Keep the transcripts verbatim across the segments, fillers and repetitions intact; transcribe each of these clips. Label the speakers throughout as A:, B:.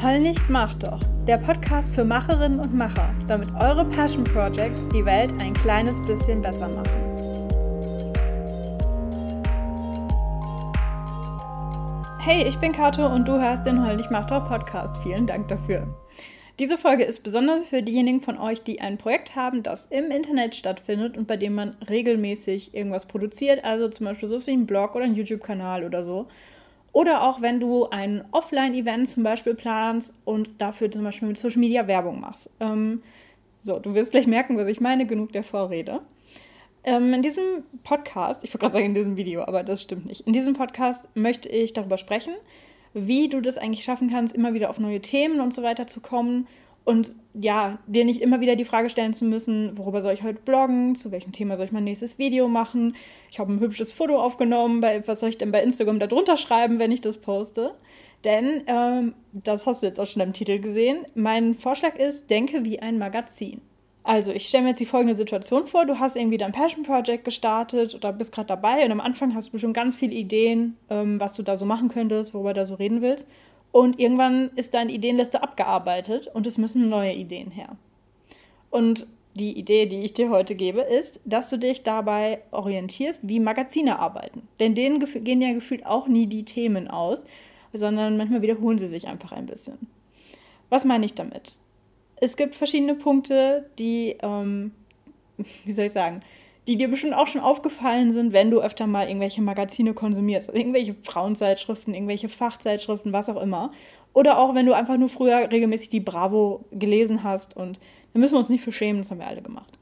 A: Heul nicht, mach doch. Der Podcast für Macherinnen und Macher, damit eure Passion Projects die Welt ein kleines bisschen besser machen. Hey, ich bin Kato und du hörst den Heul nicht, mach doch Podcast. Vielen Dank dafür. Diese Folge ist besonders für diejenigen von euch, die ein Projekt haben, das im Internet stattfindet und bei dem man regelmäßig irgendwas produziert, also zum Beispiel so wie ein Blog oder ein YouTube-Kanal oder so. Oder auch wenn du ein Offline-Event zum Beispiel planst und dafür zum Beispiel mit Social Media Werbung machst. Ähm, so, du wirst gleich merken, was ich meine, genug der Vorrede. Ähm, in diesem Podcast, ich wollte gerade sagen in diesem Video, aber das stimmt nicht. In diesem Podcast möchte ich darüber sprechen, wie du das eigentlich schaffen kannst, immer wieder auf neue Themen und so weiter zu kommen und ja, dir nicht immer wieder die Frage stellen zu müssen, worüber soll ich heute bloggen, zu welchem Thema soll ich mein nächstes Video machen, ich habe ein hübsches Foto aufgenommen, bei, was soll ich denn bei Instagram da drunter schreiben, wenn ich das poste? Denn, ähm, das hast du jetzt auch schon im Titel gesehen, mein Vorschlag ist, denke wie ein Magazin. Also ich stelle mir jetzt die folgende Situation vor, du hast irgendwie dein Passion Project gestartet oder bist gerade dabei und am Anfang hast du bestimmt ganz viele Ideen, ähm, was du da so machen könntest, worüber du da so reden willst. Und irgendwann ist deine Ideenliste abgearbeitet und es müssen neue Ideen her. Und die Idee, die ich dir heute gebe, ist, dass du dich dabei orientierst, wie Magazine arbeiten. Denn denen gef- gehen ja gefühlt auch nie die Themen aus, sondern manchmal wiederholen sie sich einfach ein bisschen. Was meine ich damit? Es gibt verschiedene Punkte, die, ähm, wie soll ich sagen, die dir bestimmt auch schon aufgefallen sind, wenn du öfter mal irgendwelche Magazine konsumierst. Also irgendwelche Frauenzeitschriften, irgendwelche Fachzeitschriften, was auch immer. Oder auch, wenn du einfach nur früher regelmäßig die Bravo gelesen hast. Und da müssen wir uns nicht für schämen, das haben wir alle gemacht.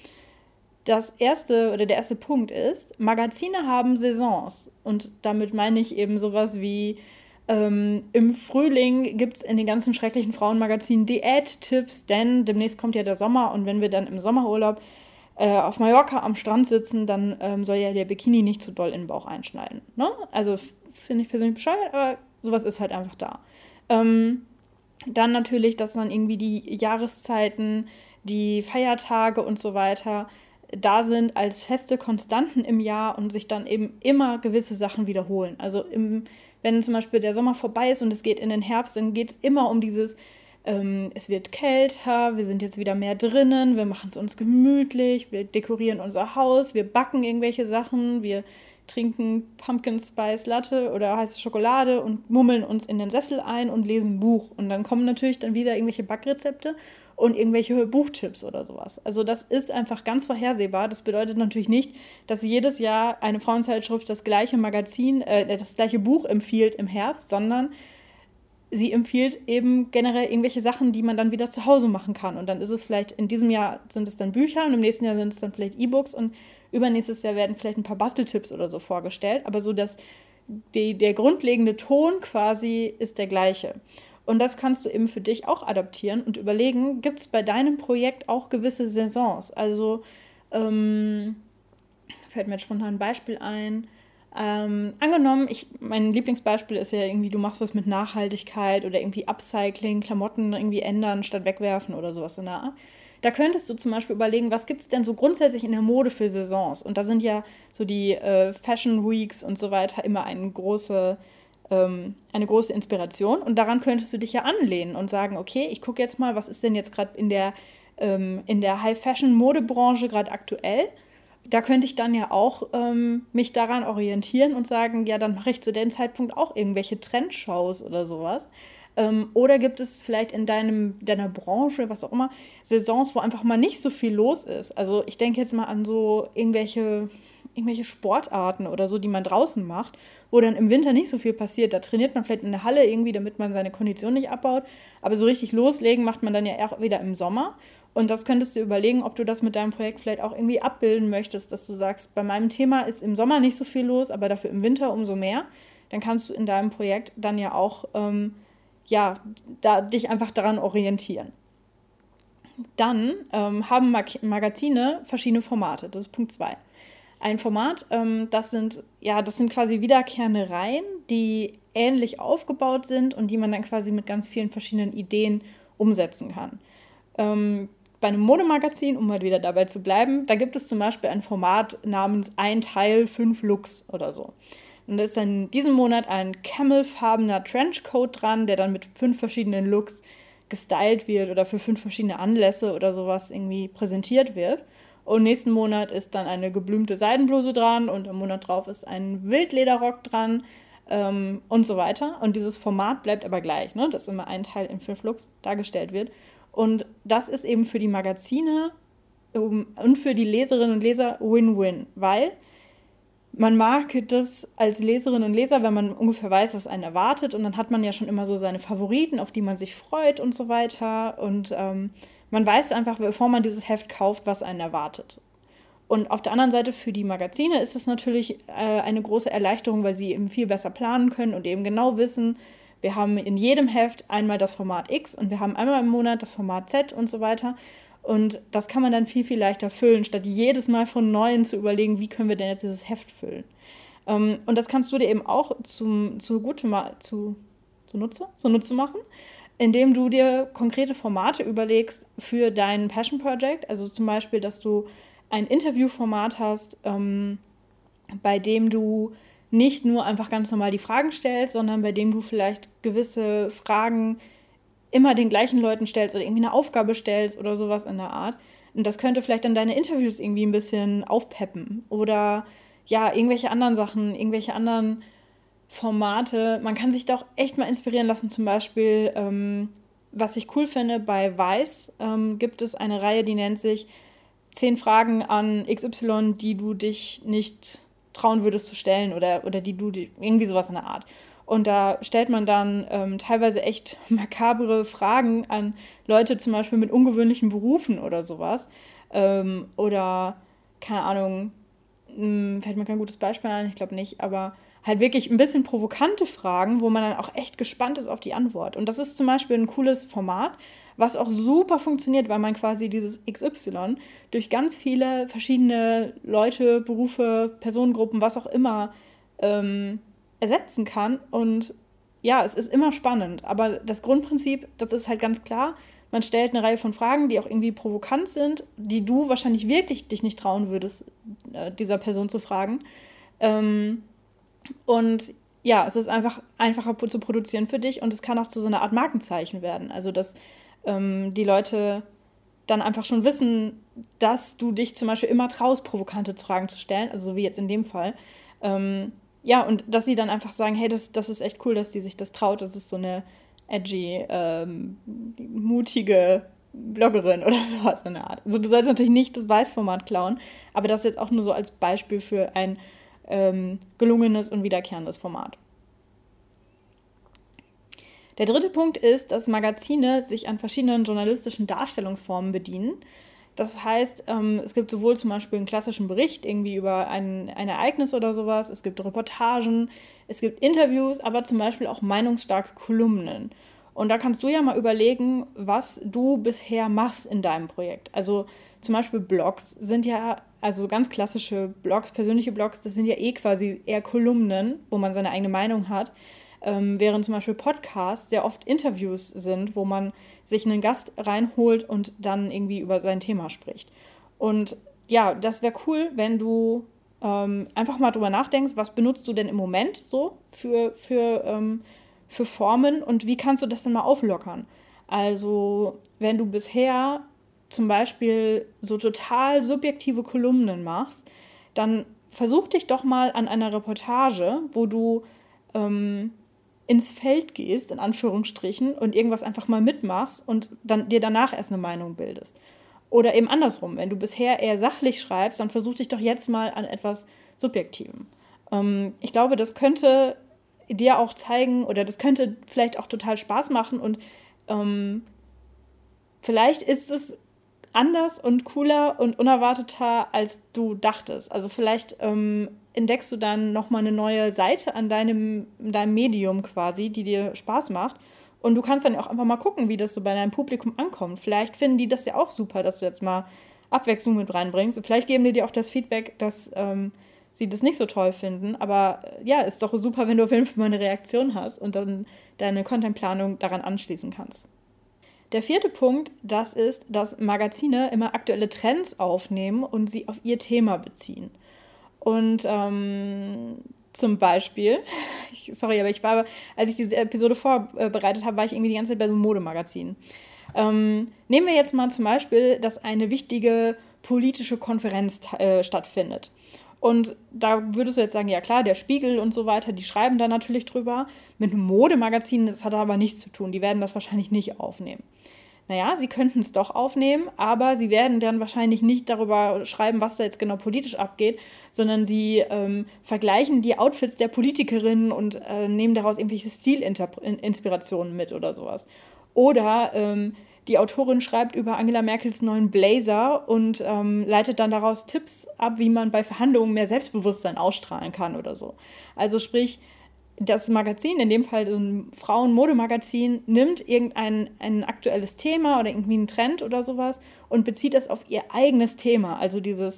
A: Das erste, oder der erste Punkt ist, Magazine haben Saisons. Und damit meine ich eben sowas wie, ähm, im Frühling gibt es in den ganzen schrecklichen Frauenmagazinen Diät-Tipps, denn demnächst kommt ja der Sommer und wenn wir dann im Sommerurlaub äh, auf Mallorca am Strand sitzen, dann ähm, soll ja der Bikini nicht zu doll in den Bauch einschneiden. Ne? Also finde ich persönlich bescheuert, aber sowas ist halt einfach da. Ähm, dann natürlich, dass dann irgendwie die Jahreszeiten, die Feiertage und so weiter da sind als feste Konstanten im Jahr und sich dann eben immer gewisse Sachen wiederholen. Also im, wenn zum Beispiel der Sommer vorbei ist und es geht in den Herbst, dann geht es immer um dieses, ähm, es wird kälter, wir sind jetzt wieder mehr drinnen, wir machen es uns gemütlich, wir dekorieren unser Haus, wir backen irgendwelche Sachen, wir trinken Pumpkin Spice Latte oder heiße Schokolade und mummeln uns in den Sessel ein und lesen ein Buch. Und dann kommen natürlich dann wieder irgendwelche Backrezepte und irgendwelche Buchtipps oder sowas. Also das ist einfach ganz vorhersehbar. Das bedeutet natürlich nicht, dass jedes Jahr eine Frauenzeitschrift das gleiche Magazin, äh, das gleiche Buch empfiehlt im Herbst, sondern sie empfiehlt eben generell irgendwelche Sachen, die man dann wieder zu Hause machen kann. Und dann ist es vielleicht, in diesem Jahr sind es dann Bücher und im nächsten Jahr sind es dann vielleicht E-Books und übernächstes Jahr werden vielleicht ein paar Basteltipps oder so vorgestellt. Aber so, dass die, der grundlegende Ton quasi ist der gleiche. Und das kannst du eben für dich auch adaptieren und überlegen, gibt es bei deinem Projekt auch gewisse Saisons? Also, ähm, fällt mir jetzt spontan ein Beispiel ein. Ähm, angenommen, ich, mein Lieblingsbeispiel ist ja irgendwie, du machst was mit Nachhaltigkeit oder irgendwie Upcycling, Klamotten irgendwie ändern statt wegwerfen oder sowas in der Art. Da könntest du zum Beispiel überlegen, was gibt es denn so grundsätzlich in der Mode für Saisons? Und da sind ja so die äh, Fashion Weeks und so weiter immer eine große, ähm, eine große Inspiration. Und daran könntest du dich ja anlehnen und sagen, okay, ich gucke jetzt mal, was ist denn jetzt gerade in der, ähm, in der High-Fashion-Modebranche gerade aktuell? Da könnte ich dann ja auch ähm, mich daran orientieren und sagen, ja, dann mache ich zu dem Zeitpunkt auch irgendwelche Trendshows oder sowas. Ähm, oder gibt es vielleicht in deinem, deiner Branche, was auch immer, Saisons, wo einfach mal nicht so viel los ist? Also ich denke jetzt mal an so irgendwelche, irgendwelche Sportarten oder so, die man draußen macht, wo dann im Winter nicht so viel passiert. Da trainiert man vielleicht in der Halle irgendwie, damit man seine Kondition nicht abbaut. Aber so richtig loslegen macht man dann ja auch wieder im Sommer. Und das könntest du überlegen, ob du das mit deinem Projekt vielleicht auch irgendwie abbilden möchtest, dass du sagst, bei meinem Thema ist im Sommer nicht so viel los, aber dafür im Winter umso mehr. Dann kannst du in deinem Projekt dann ja auch ähm, ja, da, dich einfach daran orientieren. Dann ähm, haben Mag- Magazine verschiedene Formate. Das ist Punkt zwei. Ein Format, ähm, das sind, ja, das sind quasi wiederkehrende Reihen, die ähnlich aufgebaut sind und die man dann quasi mit ganz vielen verschiedenen Ideen umsetzen kann. Ähm, bei einem Modemagazin, um mal wieder dabei zu bleiben, da gibt es zum Beispiel ein Format namens ein Teil, fünf Looks oder so. Und da ist dann in diesem Monat ein camelfarbener Trenchcoat dran, der dann mit fünf verschiedenen Looks gestylt wird oder für fünf verschiedene Anlässe oder sowas irgendwie präsentiert wird. Und nächsten Monat ist dann eine geblümte Seidenbluse dran und im Monat drauf ist ein Wildlederrock dran ähm, und so weiter. Und dieses Format bleibt aber gleich, ne? Dass immer ein Teil in fünf Looks dargestellt wird. Und das ist eben für die Magazine um, und für die Leserinnen und Leser Win-Win, weil man mag das als Leserin und Leser, wenn man ungefähr weiß, was einen erwartet. Und dann hat man ja schon immer so seine Favoriten, auf die man sich freut und so weiter. Und ähm, man weiß einfach, bevor man dieses Heft kauft, was einen erwartet. Und auf der anderen Seite für die Magazine ist es natürlich äh, eine große Erleichterung, weil sie eben viel besser planen können und eben genau wissen, wir haben in jedem Heft einmal das Format X und wir haben einmal im Monat das Format Z und so weiter. Und das kann man dann viel, viel leichter füllen, statt jedes Mal von Neuem zu überlegen, wie können wir denn jetzt dieses Heft füllen. Ähm, und das kannst du dir eben auch zum, zu Gute zu, zu Nutze, zu Nutze machen, indem du dir konkrete Formate überlegst für dein Passion Project. Also zum Beispiel, dass du ein Interviewformat hast, ähm, bei dem du nicht nur einfach ganz normal die Fragen stellst, sondern bei dem du vielleicht gewisse Fragen immer den gleichen Leuten stellst oder irgendwie eine Aufgabe stellst oder sowas in der Art. Und das könnte vielleicht dann deine Interviews irgendwie ein bisschen aufpeppen oder ja, irgendwelche anderen Sachen, irgendwelche anderen Formate. Man kann sich doch echt mal inspirieren lassen, zum Beispiel, ähm, was ich cool finde, bei Vice ähm, gibt es eine Reihe, die nennt sich zehn Fragen an X Y, die du dich nicht trauen würdest zu stellen oder, oder die du, irgendwie sowas in der Art. Und da stellt man dann ähm, teilweise echt makabere Fragen an Leute, zum Beispiel mit ungewöhnlichen Berufen oder sowas. Ähm, oder, keine Ahnung, mh, fällt mir kein gutes Beispiel ein, ich glaube nicht, aber halt wirklich ein bisschen provokante Fragen, wo man dann auch echt gespannt ist auf die Antwort. Und das ist zum Beispiel ein cooles Format, was auch super funktioniert, weil man quasi dieses X Y durch ganz viele verschiedene Leute, Berufe, Personengruppen, was auch immer, ähm, ersetzen kann. Und ja, es ist immer spannend. Aber das Grundprinzip, das ist halt ganz klar. Man stellt eine Reihe von Fragen, die auch irgendwie provokant sind, die du wahrscheinlich wirklich dich nicht trauen würdest, äh, dieser Person zu fragen. Ähm, und ja, es ist einfach einfacher zu produzieren für dich und es kann auch zu so einer Art Markenzeichen werden. Also, dass ähm, die Leute dann einfach schon wissen, dass du dich zum Beispiel immer traust, provokante Fragen zu stellen, also so wie jetzt in dem Fall. Ähm, Ja, und dass sie dann einfach sagen, hey, das, das ist echt cool, dass die sich das traut. Das ist so eine edgy, ähm, mutige Bloggerin oder sowas in der Art. Also du sollst natürlich nicht das Weiß-Format klauen, aber das jetzt auch nur so als Beispiel für ein ähm, gelungenes und wiederkehrendes Format. Der dritte Punkt ist, dass Magazine sich an verschiedenen journalistischen Darstellungsformen bedienen. Das heißt, ähm, es gibt sowohl zum Beispiel einen klassischen Bericht irgendwie über ein, ein Ereignis oder sowas, es gibt Reportagen, es gibt Interviews, aber zum Beispiel auch meinungsstarke Kolumnen. Und da kannst du ja mal überlegen, was du bisher machst in deinem Projekt. Also zum Beispiel Blogs sind ja, also ganz klassische Blogs, persönliche Blogs, das sind ja eh quasi eher Kolumnen, wo man seine eigene Meinung hat. Ähm, während zum Beispiel Podcasts sehr oft Interviews sind, wo man sich einen Gast reinholt und dann irgendwie über sein Thema spricht. Und ja, das wäre cool, wenn du ähm, einfach mal drüber nachdenkst, was benutzt du denn im Moment so für, für, ähm, für Formen und wie kannst du das denn mal auflockern? Also wenn du bisher zum Beispiel so total subjektive Kolumnen machst, dann versuch dich doch mal an einer Reportage, wo du ähm, ins Feld gehst, in Anführungsstrichen, und irgendwas einfach mal mitmachst und dann dir danach erst eine Meinung bildest. Oder eben andersrum, wenn du bisher eher sachlich schreibst, dann versuch dich doch jetzt mal an etwas Subjektivem. Ähm, ich glaube, das könnte dir auch zeigen, oder das könnte vielleicht auch total Spaß machen und ähm, vielleicht ist es anders und cooler und unerwarteter, als du dachtest. Also vielleicht ähm, entdeckst du dann nochmal eine neue Seite an deinem, deinem Medium quasi, die dir Spaß macht. Und du kannst dann auch einfach mal gucken, wie das so bei deinem Publikum ankommt. Vielleicht finden die das ja auch super, dass du jetzt mal Abwechslung mit reinbringst. Und vielleicht geben die dir auch das Feedback, dass ähm, sie das nicht so toll finden. Aber äh, ja, ist doch super, wenn du auf jeden Fall mal eine Reaktion hast und dann deine Contentplanung daran anschließen kannst. Der vierte Punkt, das ist, dass Magazine immer aktuelle Trends aufnehmen und sie auf ihr Thema beziehen. Und ähm, Zum Beispiel, ich, sorry, aber ich war, als ich diese Episode vorbereitet habe, war ich irgendwie die ganze Zeit bei so einem Modemagazin. Ähm, nehmen wir jetzt mal zum Beispiel, dass eine wichtige politische Konferenz äh, stattfindet. Und da würdest du jetzt sagen, ja klar, der Spiegel und so weiter, die schreiben da natürlich drüber. Mit einem Modemagazin, das hat aber nichts zu tun. Die werden das wahrscheinlich nicht aufnehmen. Naja, sie könnten es doch aufnehmen, aber sie werden dann wahrscheinlich nicht darüber schreiben, was da jetzt genau politisch abgeht, sondern sie ähm, vergleichen die Outfits der Politikerinnen und äh, nehmen daraus irgendwelche Stilinspirationen mit oder sowas. Oder ähm, die Autorin schreibt über Angela Merkels neuen Blazer und ähm, leitet dann daraus Tipps ab, wie man bei Verhandlungen mehr Selbstbewusstsein ausstrahlen kann oder so. Also sprich, das Magazin, in dem Fall so ein Frauen-Modemagazin, nimmt irgendein ein aktuelles Thema oder irgendwie einen Trend oder sowas und bezieht das auf ihr eigenes Thema, also dieses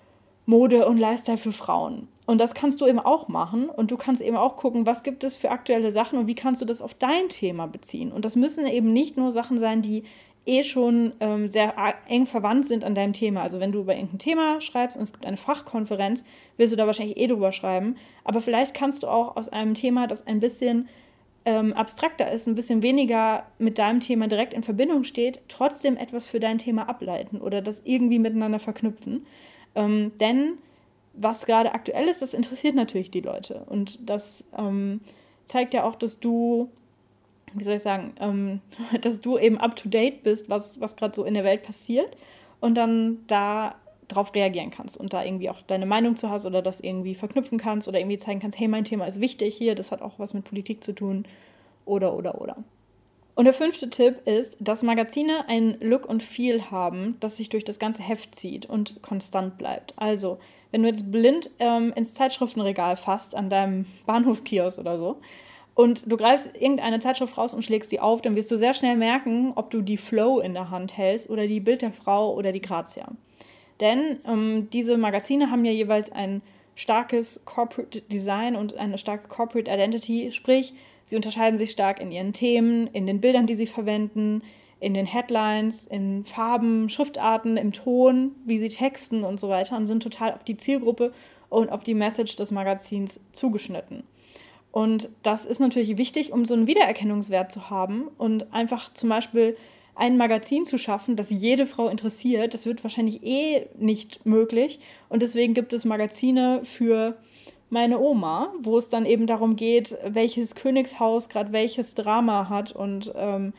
A: Mode und Lifestyle für Frauen. Und das kannst du eben auch machen und du kannst eben auch gucken, was gibt es für aktuelle Sachen und wie kannst du das auf dein Thema beziehen. Und das müssen eben nicht nur Sachen sein, die eh schon ähm, sehr eng verwandt sind an deinem Thema. Also wenn du über irgendein Thema schreibst und es gibt eine Fachkonferenz, wirst du da wahrscheinlich eh drüber schreiben. Aber vielleicht kannst du auch aus einem Thema, das ein bisschen ähm, abstrakter ist, ein bisschen weniger mit deinem Thema direkt in Verbindung steht, trotzdem etwas für dein Thema ableiten oder das irgendwie miteinander verknüpfen. Ähm, denn was gerade aktuell ist, das interessiert natürlich die Leute. Und das ähm, zeigt ja auch, dass du wie soll ich sagen, ähm, dass du eben up-to-date bist, was, was gerade so in der Welt passiert und dann da drauf reagieren kannst und da irgendwie auch deine Meinung zu hast oder das irgendwie verknüpfen kannst oder irgendwie zeigen kannst, hey, mein Thema ist wichtig hier, das hat auch was mit Politik zu tun oder, oder, oder. Und der fünfte Tipp ist, dass Magazine ein Look und Feel haben, das sich durch das ganze Heft zieht und konstant bleibt. Also, wenn du jetzt blind ähm, ins Zeitschriftenregal fasst, an deinem Bahnhofskiosk oder so, und du greifst irgendeine Zeitschrift raus und schlägst sie auf, dann wirst du sehr schnell merken, ob du die Flow in der Hand hältst oder die Bild der Frau oder die Grazia. Denn ähm, diese Magazine haben ja jeweils ein starkes Corporate Design und eine starke Corporate Identity, sprich, sie unterscheiden sich stark in ihren Themen, in den Bildern, die sie verwenden, in den Headlines, in Farben, Schriftarten, im Ton, wie sie texten und so weiter und sind total auf die Zielgruppe und auf die Message des Magazins zugeschnitten. Und das ist natürlich wichtig, um so einen Wiedererkennungswert zu haben und einfach zum Beispiel ein Magazin zu schaffen, das jede Frau interessiert. Das wird wahrscheinlich eh nicht möglich. Und deswegen gibt es Magazine für meine Oma, wo es dann eben darum geht, welches Königshaus gerade welches Drama hat und ähm,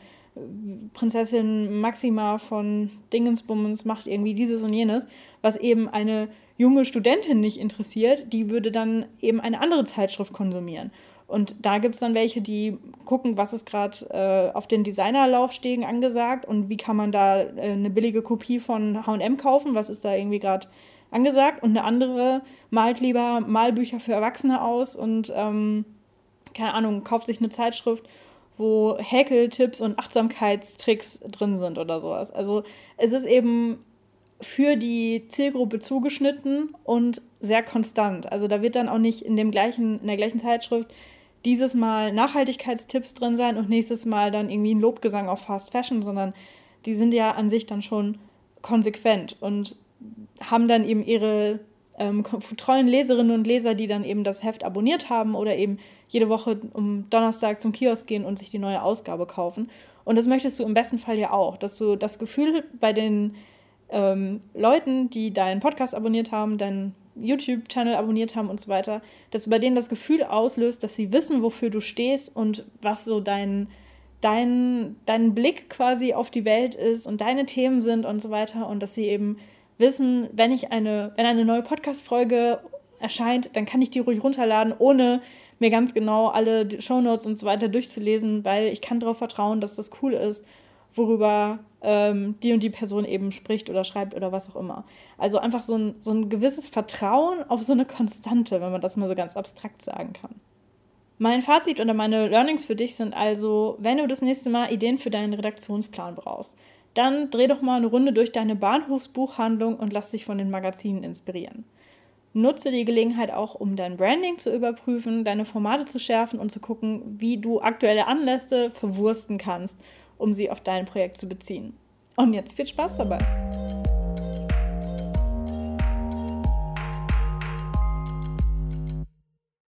A: Prinzessin Maxima von Dingensbummens macht irgendwie dieses und jenes, was eben eine junge Studentin nicht interessiert, die würde dann eben eine andere Zeitschrift konsumieren. Und da gibt es dann welche, die gucken, was ist gerade äh, auf den Designerlaufstegen angesagt und wie kann man da äh, eine billige Kopie von H und M kaufen, was ist da irgendwie gerade angesagt. Und eine andere malt lieber Malbücher für Erwachsene aus und, ähm, keine Ahnung, kauft sich eine Zeitschrift, wo Häkeltipps und Achtsamkeitstricks drin sind oder sowas. Also es ist eben für die Zielgruppe zugeschnitten und sehr konstant. Also da wird dann auch nicht in dem gleichen, in der gleichen Zeitschrift dieses Mal Nachhaltigkeitstipps drin sein und nächstes Mal dann irgendwie ein Lobgesang auf Fast Fashion, sondern die sind ja an sich dann schon konsequent und haben dann eben ihre ähm, treuen Leserinnen und Leser, die dann eben das Heft abonniert haben oder eben jede Woche um Donnerstag zum Kiosk gehen und sich die neue Ausgabe kaufen. Und das möchtest du im besten Fall ja auch, dass du das Gefühl bei den ähm, Leuten, die deinen Podcast abonniert haben, deinen YouTube-Channel abonniert haben und so weiter, dass du bei denen das Gefühl auslöst, dass sie wissen, wofür du stehst und was so dein, dein, dein Blick quasi auf die Welt ist und deine Themen sind und so weiter und dass sie eben wissen, wenn ich eine, wenn eine neue Podcast-Folge erscheint, dann kann ich die ruhig runterladen, ohne mir ganz genau alle Shownotes und so weiter durchzulesen, weil ich kann darauf vertrauen, dass das cool ist, worüber ähm, die und die Person eben spricht oder schreibt oder was auch immer. Also einfach so ein, so ein gewisses Vertrauen auf so eine Konstante, wenn man das mal so ganz abstrakt sagen kann. Mein Fazit oder meine Learnings für dich sind also, wenn du das nächste Mal Ideen für deinen Redaktionsplan brauchst, dann dreh doch mal eine Runde durch deine Bahnhofsbuchhandlung und lass dich von den Magazinen inspirieren. Nutze die Gelegenheit auch, um dein Branding zu überprüfen, deine Formate zu schärfen und zu gucken, wie du aktuelle Anlässe verwursten kannst, um sie auf dein Projekt zu beziehen. Und jetzt viel Spaß dabei!